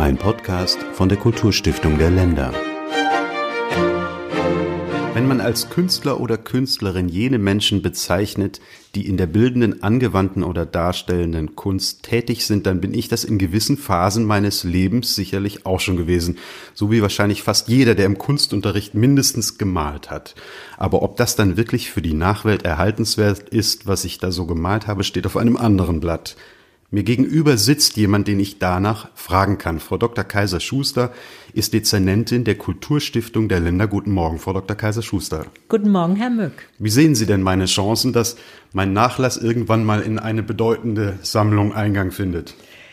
Ein Podcast von der Kulturstiftung der Länder. Wenn man als Künstler oder Künstlerin jene Menschen bezeichnet, die in der bildenden, angewandten oder darstellenden Kunst tätig sind, dann bin ich das in gewissen Phasen meines Lebens sicherlich auch schon gewesen. So wie wahrscheinlich fast jeder, der im Kunstunterricht mindestens gemalt hat. Aber ob das dann wirklich für die Nachwelt erhaltenswert ist, was ich da so gemalt habe, steht auf einem anderen Blatt. Mir gegenüber sitzt jemand, den ich danach fragen kann. Frau Dr. Kaiser-Schuster ist Dezernentin der Kulturstiftung der Länder. Guten Morgen, Frau Dr. Kaiser-Schuster. Guten Morgen, Herr Mück. Wie sehen Sie denn meine Chancen, dass mein Nachlass irgendwann mal in eine bedeutende Sammlung Eingang findet?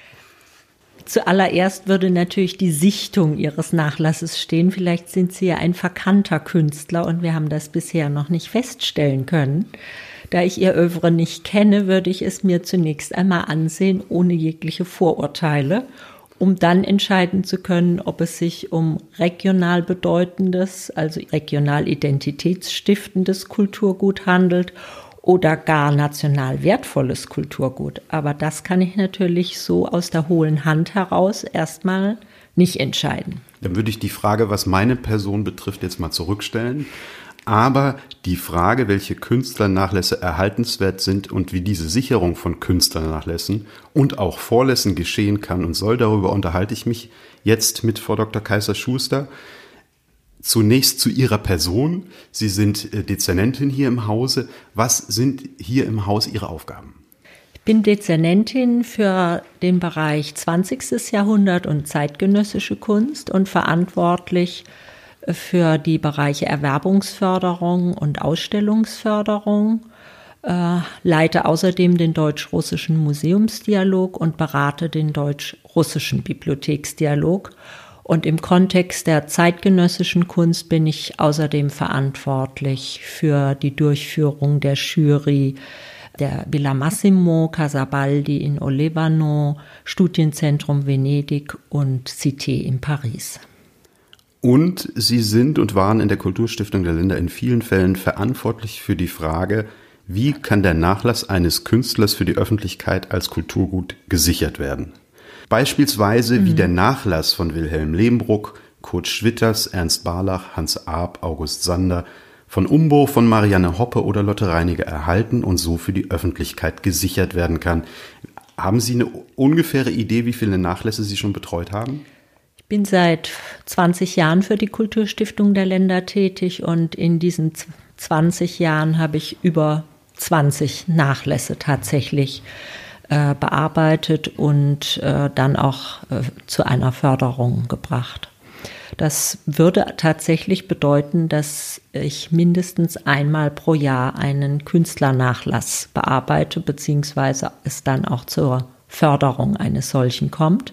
Zuallererst würde natürlich die Sichtung Ihres Nachlasses stehen. Vielleicht sind Sie ja ein verkannter Künstler und wir haben das bisher noch nicht feststellen können. Da ich Ihr Œuvre nicht kenne, würde ich es mir zunächst einmal ansehen, ohne jegliche Vorurteile, um dann entscheiden zu können, ob es sich um regional bedeutendes, also regional identitätsstiftendes Kulturgut handelt oder gar national wertvolles Kulturgut. Aber das kann ich natürlich so aus der hohlen Hand heraus erstmal nicht entscheiden. Dann würde ich die Frage, was meine Person betrifft, jetzt mal zurückstellen. Aber die Frage, welche Künstlernachlässe erhaltenswert sind und wie diese Sicherung von Künstlernachlässen und auch Vorlässen geschehen kann und soll, darüber unterhalte ich mich jetzt mit Frau Dr. Kaiser-Schuster. Zunächst zu Ihrer Person. Sie sind Dezernentin hier im Hause. Was sind hier im Haus Ihre Aufgaben? Ich bin Dezernentin für den Bereich 20. Jahrhundert und zeitgenössische Kunst und verantwortlich für die Bereiche Erwerbungsförderung und Ausstellungsförderung, leite außerdem den deutsch-russischen Museumsdialog und berate den deutsch-russischen Bibliotheksdialog. Und im Kontext der zeitgenössischen Kunst bin ich außerdem verantwortlich für die Durchführung der Jury der Villa Massimo, Casabaldi in Olevano, Studienzentrum Venedig und Cité in Paris. Und Sie sind und waren in der Kulturstiftung der Länder in vielen Fällen verantwortlich für die Frage, wie kann der Nachlass eines Künstlers für die Öffentlichkeit als Kulturgut gesichert werden. Beispielsweise wie der Nachlass von Wilhelm Lehmbruck, Kurt Schwitters, Ernst Barlach, Hans Arp, August Sander, von Umbo, von Marianne Hoppe oder Lotte Reiniger erhalten und so für die Öffentlichkeit gesichert werden kann. Haben Sie eine ungefähre Idee, wie viele Nachlässe Sie schon betreut haben? Ich bin seit 20 Jahren für die Kulturstiftung der Länder tätig und in diesen 20 Jahren habe ich über 20 Nachlässe tatsächlich bearbeitet und dann auch zu einer Förderung gebracht. Das würde tatsächlich bedeuten, dass ich mindestens einmal pro Jahr einen Künstlernachlass bearbeite, beziehungsweise es dann auch zur Förderung eines solchen kommt.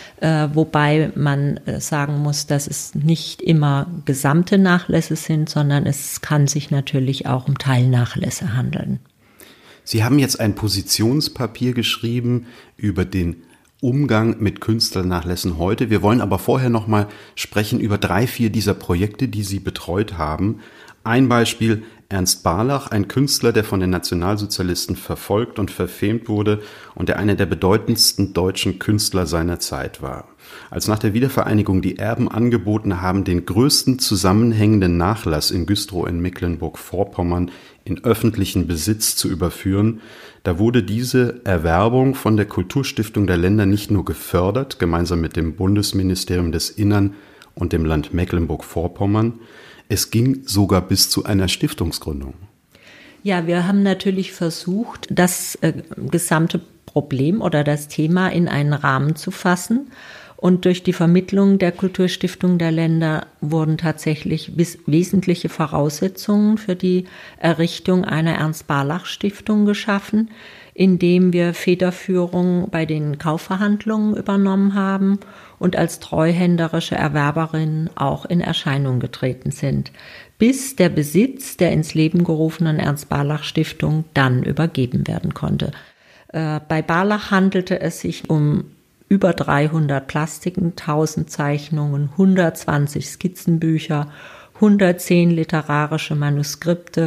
Wobei man sagen muss, dass es nicht immer gesamte Nachlässe sind, sondern es kann sich natürlich auch um Teilnachlässe handeln. Sie haben jetzt ein Positionspapier geschrieben über den Umgang mit Künstlernachlässen heute. Wir wollen aber vorher noch mal sprechen über 3, 4 dieser Projekte, die Sie betreut haben. Ein Beispiel: Ernst Barlach, ein Künstler, der von den Nationalsozialisten verfolgt und verfemt wurde und der einer der bedeutendsten deutschen Künstler seiner Zeit war. Als nach der Wiedervereinigung die Erben angeboten haben, den größten zusammenhängenden Nachlass in Güstrow in Mecklenburg-Vorpommern in öffentlichen Besitz zu überführen, da wurde diese Erwerbung von der Kulturstiftung der Länder nicht nur gefördert, gemeinsam mit dem Bundesministerium des Innern und dem Land Mecklenburg-Vorpommern, es ging sogar bis zu einer Stiftungsgründung. Ja, wir haben natürlich versucht, das gesamte Problem oder das Thema in einen Rahmen zu fassen. Und durch die Vermittlung der Kulturstiftung der Länder wurden tatsächlich wesentliche Voraussetzungen für die Errichtung einer Ernst-Barlach-Stiftung geschaffen, indem wir Federführung bei den Kaufverhandlungen übernommen haben und als treuhänderische Erwerberin auch in Erscheinung getreten sind, bis der Besitz der ins Leben gerufenen Ernst-Barlach-Stiftung dann übergeben werden konnte. Bei Barlach handelte es sich um über 300 Plastiken, 1000 Zeichnungen, 120 Skizzenbücher, 110 literarische Manuskripte,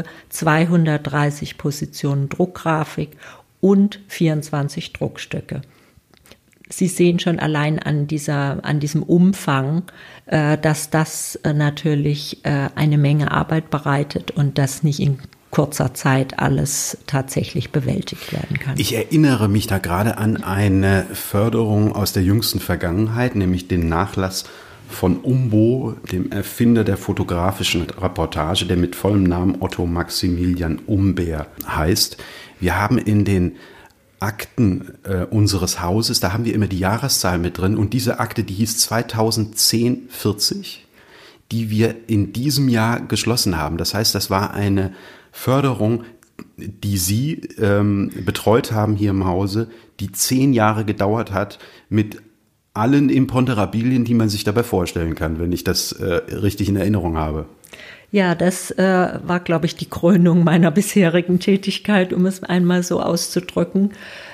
230 Positionen Druckgrafik und 24 Druckstücke. Sie sehen schon allein an diesem Umfang, dass das natürlich eine Menge Arbeit bereitet und das nicht in kurzer Zeit alles tatsächlich bewältigt werden kann. Ich erinnere mich da gerade an eine Förderung aus der jüngsten Vergangenheit, nämlich den Nachlass von Umbo, dem Erfinder der fotografischen Reportage, der mit vollem Namen Otto Maximilian Umbehr heißt. Wir haben in den Akten unseres Hauses, da haben wir immer die Jahreszahl mit drin und diese Akte, die hieß 2010-40, die wir in diesem Jahr geschlossen haben. Das heißt, das war eine Förderung, die Sie betreut haben hier im Hause, die 10 Jahre gedauert hat mit allen Imponderabilien, die man sich dabei vorstellen kann, wenn ich das richtig in Erinnerung habe. Ja, das war, glaube ich, die Krönung meiner bisherigen Tätigkeit, um es einmal so auszudrücken.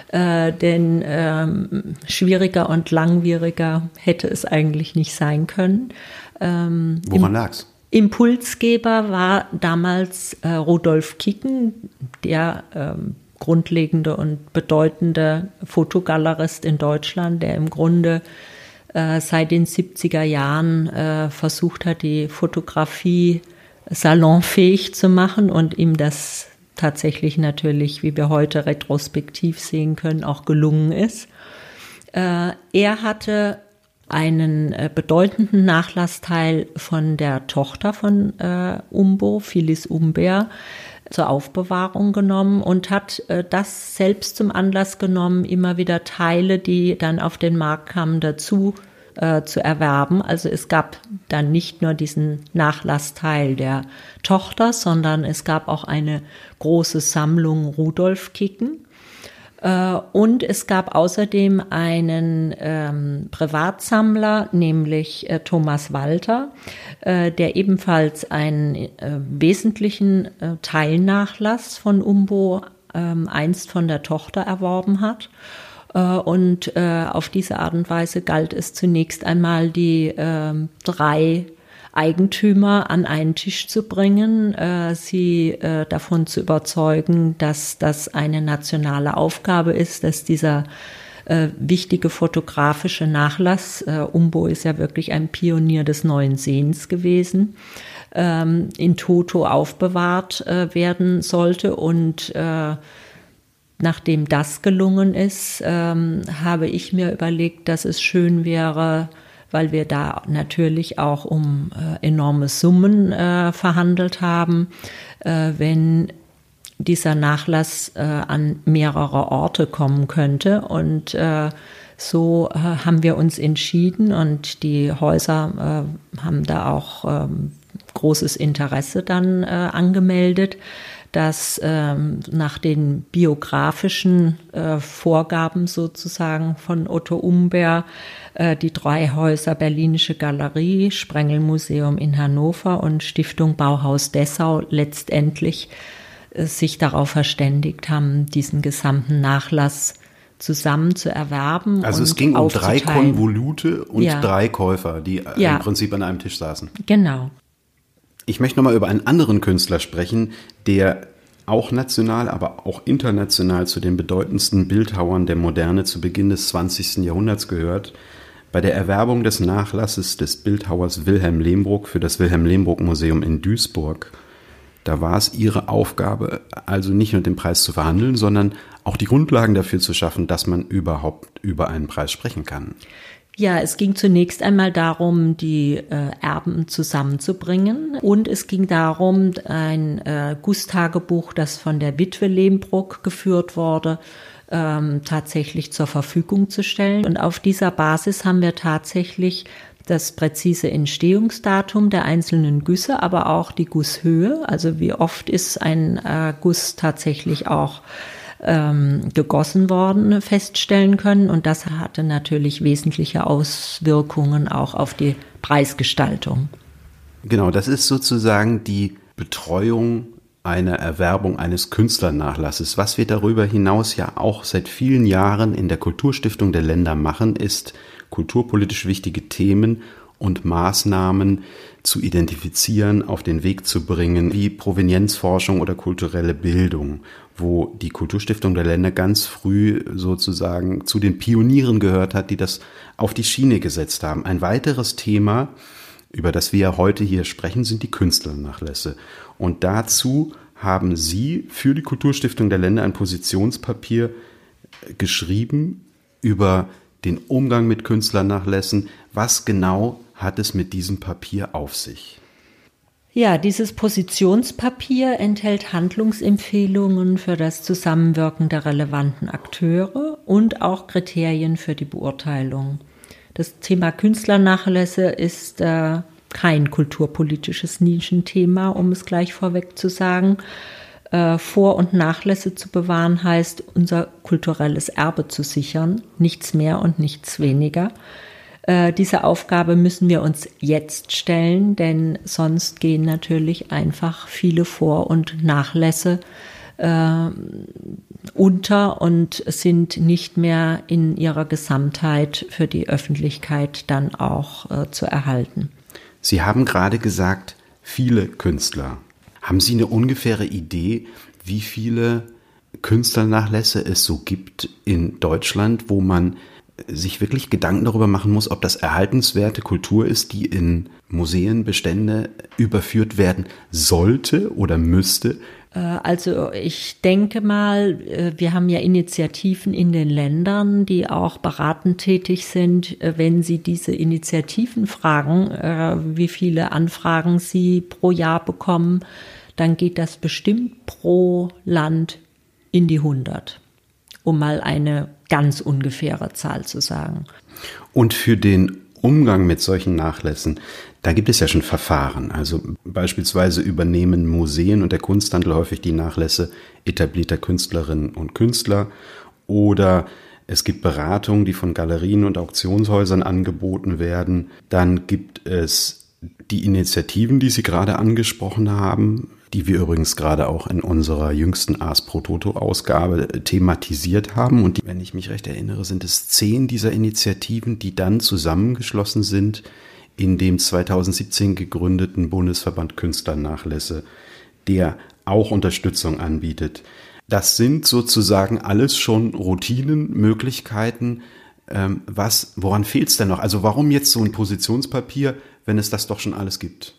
Denn schwieriger und langwieriger hätte es eigentlich nicht sein können. Woran lag's? Impulsgeber war damals Rudolf Kicken, der grundlegende und bedeutende Fotogalerist in Deutschland, der im Grunde seit den 70er Jahren versucht hat, die Fotografie salonfähig zu machen und ihm das tatsächlich natürlich, wie wir heute retrospektiv sehen können, auch gelungen ist. Er hatte einen bedeutenden Nachlassteil von der Tochter von Umbo, Phyllis Umbehr, zur Aufbewahrung genommen und hat das selbst zum Anlass genommen, immer wieder Teile, die dann auf den Markt kamen, dazu zu erwerben. Also es gab dann nicht nur diesen Nachlassteil der Tochter, sondern es gab auch eine große Sammlung Rudolf Kicken. Und es gab außerdem einen Privatsammler, nämlich Thomas Walter, der ebenfalls einen wesentlichen Teilnachlass von Umbo einst von der Tochter erworben hat. Und auf diese Art und Weise galt es zunächst einmal, die 3 Eigentümer an einen Tisch zu bringen, sie davon zu überzeugen, dass das eine nationale Aufgabe ist, dass dieser wichtige fotografische Nachlass, Umbo ist ja wirklich ein Pionier des neuen Sehens gewesen, in toto aufbewahrt werden sollte. Und nachdem das gelungen ist, habe ich mir überlegt, dass es schön wäre, weil wir da natürlich auch um enorme Summen verhandelt haben, wenn dieser Nachlass an mehrere Orte kommen könnte. Und so haben wir uns entschieden und die Häuser haben da auch großes Interesse dann angemeldet, dass nach den biografischen Vorgaben sozusagen von Otto Umbehr die 3 Häuser Berlinische Galerie, Sprengelmuseum in Hannover und Stiftung Bauhaus Dessau letztendlich sich darauf verständigt haben, diesen gesamten Nachlass zusammen zu erwerben. Also es ging um 3 Konvolute und 3 Käufer, die im Prinzip an einem Tisch saßen. Genau. Ich möchte nochmal über einen anderen Künstler sprechen, der auch national, aber auch international zu den bedeutendsten Bildhauern der Moderne zu Beginn des 20. Jahrhunderts gehört. Bei der Erwerbung des Nachlasses des Bildhauers Wilhelm Lehmbruck für das Wilhelm-Lehmbruck-Museum in Duisburg, da war es ihre Aufgabe, also nicht nur den Preis zu verhandeln, sondern auch die Grundlagen dafür zu schaffen, dass man überhaupt über einen Preis sprechen kann. Ja, es ging zunächst einmal darum, die Erben zusammenzubringen und es ging darum, ein Gusstagebuch, das von der Witwe Lehmbruck geführt wurde, tatsächlich zur Verfügung zu stellen. Und auf dieser Basis haben wir tatsächlich das präzise Entstehungsdatum der einzelnen Güsse, aber auch die Gusshöhe, also wie oft ist ein Guss tatsächlich auch gegossen worden, feststellen können. Und das hatte natürlich wesentliche Auswirkungen auch auf die Preisgestaltung. Genau, das ist sozusagen die Betreuung einer Erwerbung eines Künstlernachlasses. Was wir darüber hinaus ja auch seit vielen Jahren in der Kulturstiftung der Länder machen, ist kulturpolitisch wichtige Themen und Maßnahmen zu identifizieren, auf den Weg zu bringen, wie Provenienzforschung oder kulturelle Bildung, wo die Kulturstiftung der Länder ganz früh sozusagen zu den Pionieren gehört hat, die das auf die Schiene gesetzt haben. Ein weiteres Thema, über das wir heute hier sprechen, sind die Künstlernachlässe. Und dazu haben Sie für die Kulturstiftung der Länder ein Positionspapier geschrieben über den Umgang mit Künstlernachlässen. Was genau hat es mit diesem Papier auf sich? Ja, dieses Positionspapier enthält Handlungsempfehlungen für das Zusammenwirken der relevanten Akteure und auch Kriterien für die Beurteilung. Das Thema Künstlernachlässe ist kein kulturpolitisches Nischenthema, um es gleich vorweg zu sagen. Vor- und Nachlässe zu bewahren heißt, unser kulturelles Erbe zu sichern, nichts mehr und nichts weniger. Diese Aufgabe müssen wir uns jetzt stellen, denn sonst gehen natürlich einfach viele Vor- und Nachlässe unter und sind nicht mehr in ihrer Gesamtheit für die Öffentlichkeit dann auch zu erhalten. Sie haben gerade gesagt, viele Künstler. Haben Sie eine ungefähre Idee, wie viele Künstlernachlässe es so gibt in Deutschland, wo man sich wirklich Gedanken darüber machen muss, ob das erhaltenswerte Kultur ist, die in Museenbestände überführt werden sollte oder müsste? Also ich denke mal, wir haben ja Initiativen in den Ländern, die auch beratend tätig sind. Wenn Sie diese Initiativen fragen, wie viele Anfragen sie pro Jahr bekommen, dann geht das bestimmt pro Land in die 100, um mal eine ganz ungefähre Zahl zu sagen. Und für den Umgang mit solchen Nachlässen, da gibt es ja schon Verfahren. Also beispielsweise übernehmen Museen und der Kunsthandel häufig die Nachlässe etablierter Künstlerinnen und Künstler. Oder es gibt Beratungen, die von Galerien und Auktionshäusern angeboten werden. Dann gibt es die Initiativen, die Sie gerade angesprochen haben, die wir übrigens gerade auch in unserer jüngsten Ars pro Toto-Ausgabe thematisiert haben. Und wenn ich mich recht erinnere, sind es 10 dieser Initiativen, die dann zusammengeschlossen sind in dem 2017 gegründeten Bundesverband Künstlernachlässe, der auch Unterstützung anbietet. Das sind sozusagen alles schon Routinen, Möglichkeiten. Woran fehlt es denn noch? Also warum jetzt so ein Positionspapier, wenn es das doch schon alles gibt?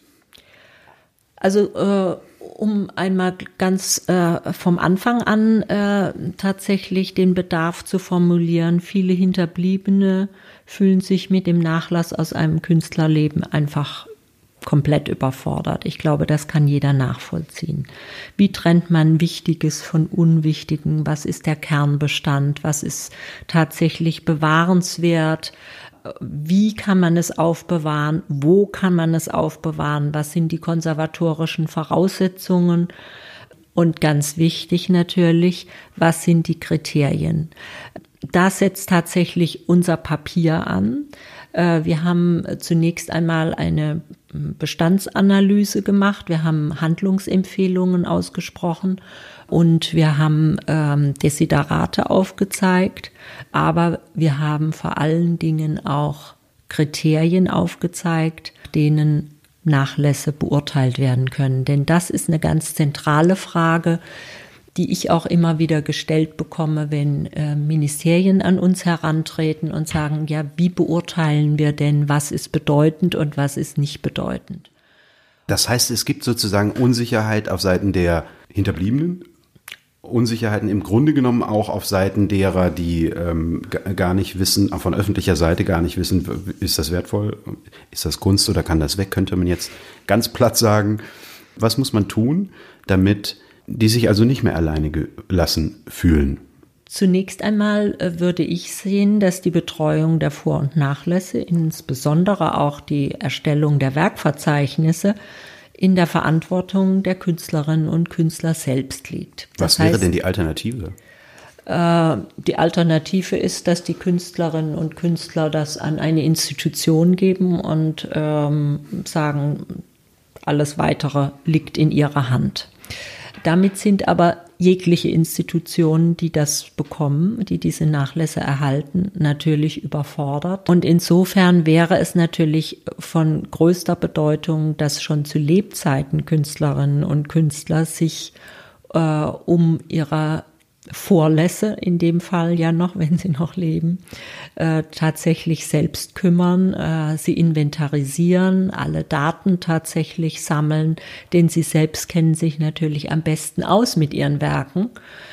Also um einmal ganz vom Anfang an tatsächlich den Bedarf zu formulieren, viele Hinterbliebene fühlen sich mit dem Nachlass aus einem Künstlerleben einfach komplett überfordert. Ich glaube, das kann jeder nachvollziehen. Wie trennt man Wichtiges von Unwichtigem? Was ist der Kernbestand? Was ist tatsächlich bewahrenswert? Wie kann man es aufbewahren? Wo kann man es aufbewahren? Was sind die konservatorischen Voraussetzungen? Und ganz wichtig natürlich, was sind die Kriterien? Da setzt tatsächlich unser Papier an. Wir haben zunächst einmal eine Bestandsanalyse gemacht. Wir haben Handlungsempfehlungen ausgesprochen und wir haben Desiderate aufgezeigt. Aber wir haben vor allen Dingen auch Kriterien aufgezeigt, denen Nachlässe beurteilt werden können. Denn das ist eine ganz zentrale Frage, die ich auch immer wieder gestellt bekomme, wenn Ministerien an uns herantreten und sagen, ja, wie beurteilen wir denn, was ist bedeutend und was ist nicht bedeutend? Das heißt, es gibt sozusagen Unsicherheit auf Seiten der Hinterbliebenen, Unsicherheiten im Grunde genommen auch auf Seiten derer, die gar nicht wissen, auch von öffentlicher Seite gar nicht wissen, ist das wertvoll, ist das Kunst oder kann das weg, könnte man jetzt ganz platt sagen. Was muss man tun, damit die sich also nicht mehr alleine gelassen fühlen? Zunächst einmal würde ich sehen, dass die Betreuung der Vor- und Nachlässe, insbesondere auch die Erstellung der Werkverzeichnisse, in der Verantwortung der Künstlerinnen und Künstler selbst liegt. Was wäre denn die Alternative? Die Alternative ist, dass die Künstlerinnen und Künstler das an eine Institution geben und sagen, alles Weitere liegt in ihrer Hand. Damit sind aber jegliche Institutionen, die das bekommen, die diese Nachlässe erhalten, natürlich überfordert. Und insofern wäre es natürlich von größter Bedeutung, dass schon zu Lebzeiten Künstlerinnen und Künstler sich um ihre Vorlässe, in dem Fall ja noch, wenn sie noch leben, tatsächlich selbst kümmern, sie inventarisieren, alle Daten tatsächlich sammeln, denn sie selbst kennen sich natürlich am besten aus mit ihren Werken.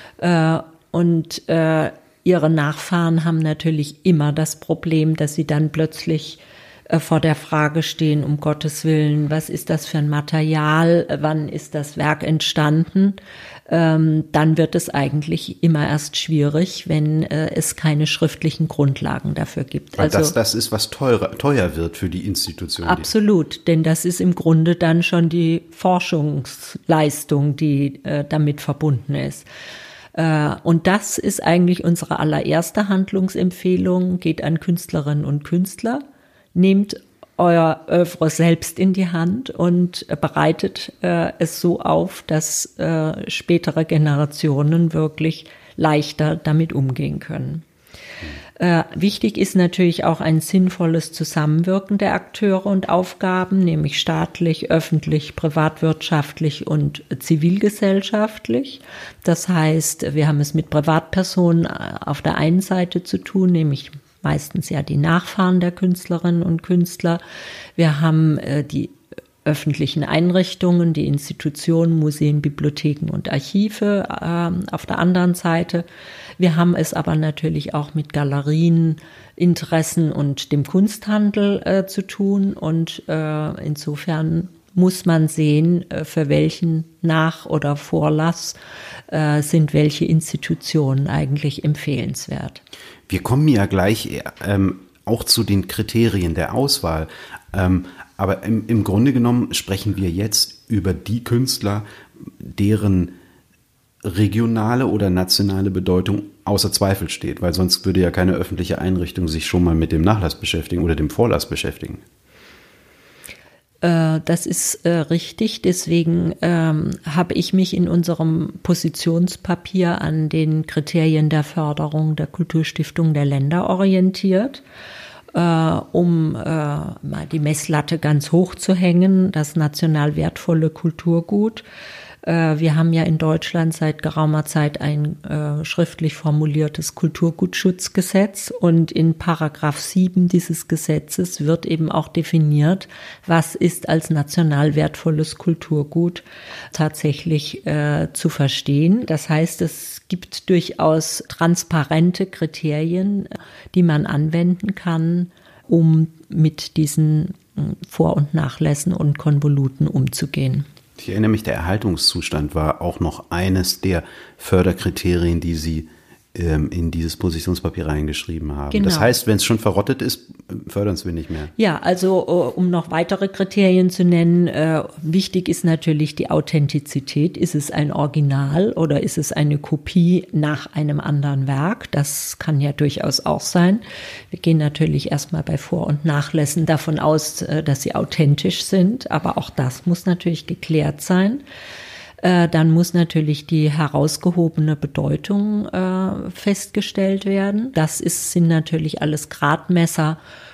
Und ihre Nachfahren haben natürlich immer das Problem, dass sie dann plötzlich vor der Frage stehen, um Gottes Willen, was ist das für ein Material, wann ist das Werk entstanden? Dann wird es eigentlich immer erst schwierig, wenn es keine schriftlichen Grundlagen dafür gibt. Weil also, das ist, was teuer wird für die Institution. Absolut, denn das ist im Grunde dann schon die Forschungsleistung, die damit verbunden ist. Und das ist eigentlich unsere allererste Handlungsempfehlung, geht an Künstlerinnen und Künstler. Nehmt euer Œuvre selbst in die Hand und bereitet es so auf, dass spätere Generationen wirklich leichter damit umgehen können. Wichtig ist natürlich auch ein sinnvolles Zusammenwirken der Akteure und Aufgaben, nämlich staatlich, öffentlich, privatwirtschaftlich und zivilgesellschaftlich. Das heißt, wir haben es mit Privatpersonen auf der einen Seite zu tun, nämlich meistens ja die Nachfahren der Künstlerinnen und Künstler. Wir haben die öffentlichen Einrichtungen, die Institutionen, Museen, Bibliotheken und Archive auf der anderen Seite. Wir haben es aber natürlich auch mit Galerien, Interessen und dem Kunsthandel zu tun. Und insofern muss man sehen, für welchen Nach- oder Vorlass sind welche Institutionen eigentlich empfehlenswert. Wir kommen ja gleich auch zu den Kriterien der Auswahl. Aber im Grunde genommen sprechen wir jetzt über die Künstler, deren regionale oder nationale Bedeutung außer Zweifel steht, weil sonst würde ja keine öffentliche Einrichtung sich schon mal mit dem Nachlass beschäftigen oder dem Vorlass beschäftigen. Das ist richtig. Deswegen habe ich mich in unserem Positionspapier an den Kriterien der Förderung der Kulturstiftung der Länder orientiert, um mal die Messlatte ganz hoch zu hängen, das national wertvolle Kulturgut. Wir haben ja in Deutschland seit geraumer Zeit ein schriftlich formuliertes Kulturgutschutzgesetz und in Paragraph 7 dieses Gesetzes wird eben auch definiert, was ist als national wertvolles Kulturgut tatsächlich zu verstehen. Das heißt, es gibt durchaus transparente Kriterien, die man anwenden kann, um mit diesen Vor- und Nachlässen und Konvoluten umzugehen. Ich erinnere mich, der Erhaltungszustand war auch noch eines der Förderkriterien, die Sie in dieses Positionspapier reingeschrieben haben. Genau. Das heißt, wenn es schon verrottet ist, fördern es wir nicht mehr. Ja, also um noch weitere Kriterien zu nennen, wichtig ist natürlich die Authentizität. Ist es ein Original oder ist es eine Kopie nach einem anderen Werk? Das kann ja durchaus auch sein. Wir gehen natürlich erstmal bei Vor- und Nachlässen davon aus, dass sie authentisch sind, aber auch das muss natürlich geklärt sein. Dann muss natürlich die herausgehobene Bedeutung festgestellt werden. Das sind natürlich alles Gradmesser,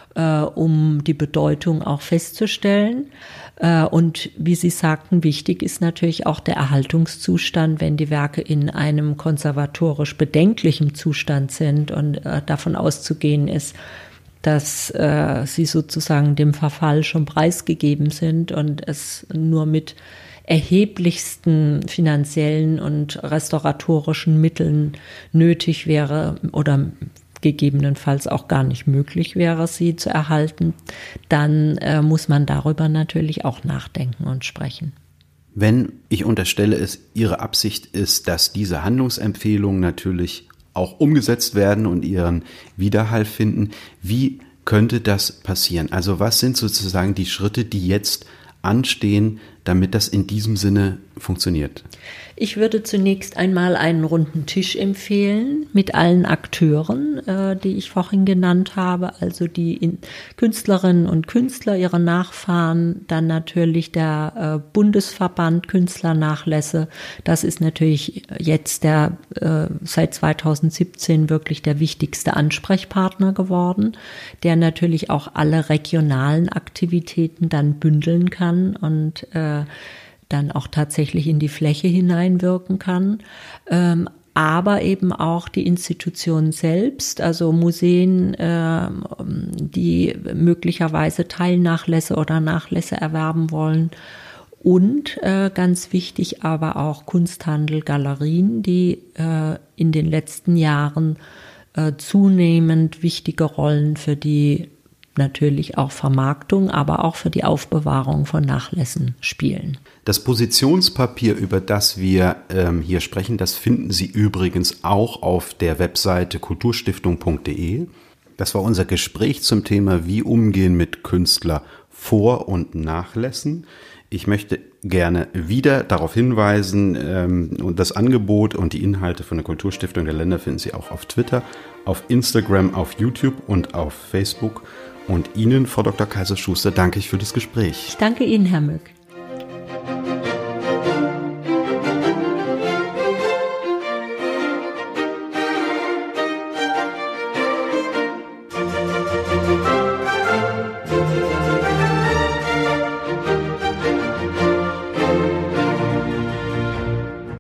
um die Bedeutung auch festzustellen. Und wie Sie sagten, wichtig ist natürlich auch der Erhaltungszustand, wenn die Werke in einem konservatorisch bedenklichen Zustand sind und davon auszugehen ist, dass sie sozusagen dem Verfall schon preisgegeben sind und es nur mit erheblichsten finanziellen und restauratorischen Mitteln nötig wäre oder gegebenenfalls auch gar nicht möglich wäre, sie zu erhalten, dann muss man darüber natürlich auch nachdenken und sprechen. Wenn, ich unterstelle es, Ihre Absicht ist, dass diese Handlungsempfehlungen natürlich auch umgesetzt werden und ihren Widerhall finden, wie könnte das passieren? Also was sind sozusagen die Schritte, die jetzt anstehen, damit das in diesem Sinne funktioniert? Ich würde zunächst einmal einen runden Tisch empfehlen mit allen Akteuren, die ich vorhin genannt habe, also die Künstlerinnen und Künstler, ihre Nachfahren, dann natürlich der Bundesverband Künstlernachlässe. Das ist natürlich jetzt seit 2017 wirklich der wichtigste Ansprechpartner geworden, der natürlich auch alle regionalen Aktivitäten dann bündeln kann und dann auch tatsächlich in die Fläche hineinwirken kann, aber eben auch die Institutionen selbst, also Museen, die möglicherweise Teilnachlässe oder Nachlässe erwerben wollen und ganz wichtig aber auch Kunsthandel, Galerien, die in den letzten Jahren zunehmend wichtige Rollen für die natürlich auch Vermarktung, aber auch für die Aufbewahrung von Nachlässen spielen. Das Positionspapier, über das wir hier sprechen, das finden Sie übrigens auch auf der Webseite kulturstiftung.de. Das war unser Gespräch zum Thema Wie umgehen mit Künstler Vor- und Nachlässen. Ich möchte gerne wieder darauf hinweisen, und das Angebot und die Inhalte von der Kulturstiftung der Länder finden Sie auch auf Twitter, auf Instagram, auf YouTube und auf Facebook. Und Ihnen, Frau Dr. Kaiser-Schuster, danke ich für das Gespräch. Ich danke Ihnen, Herr Mück.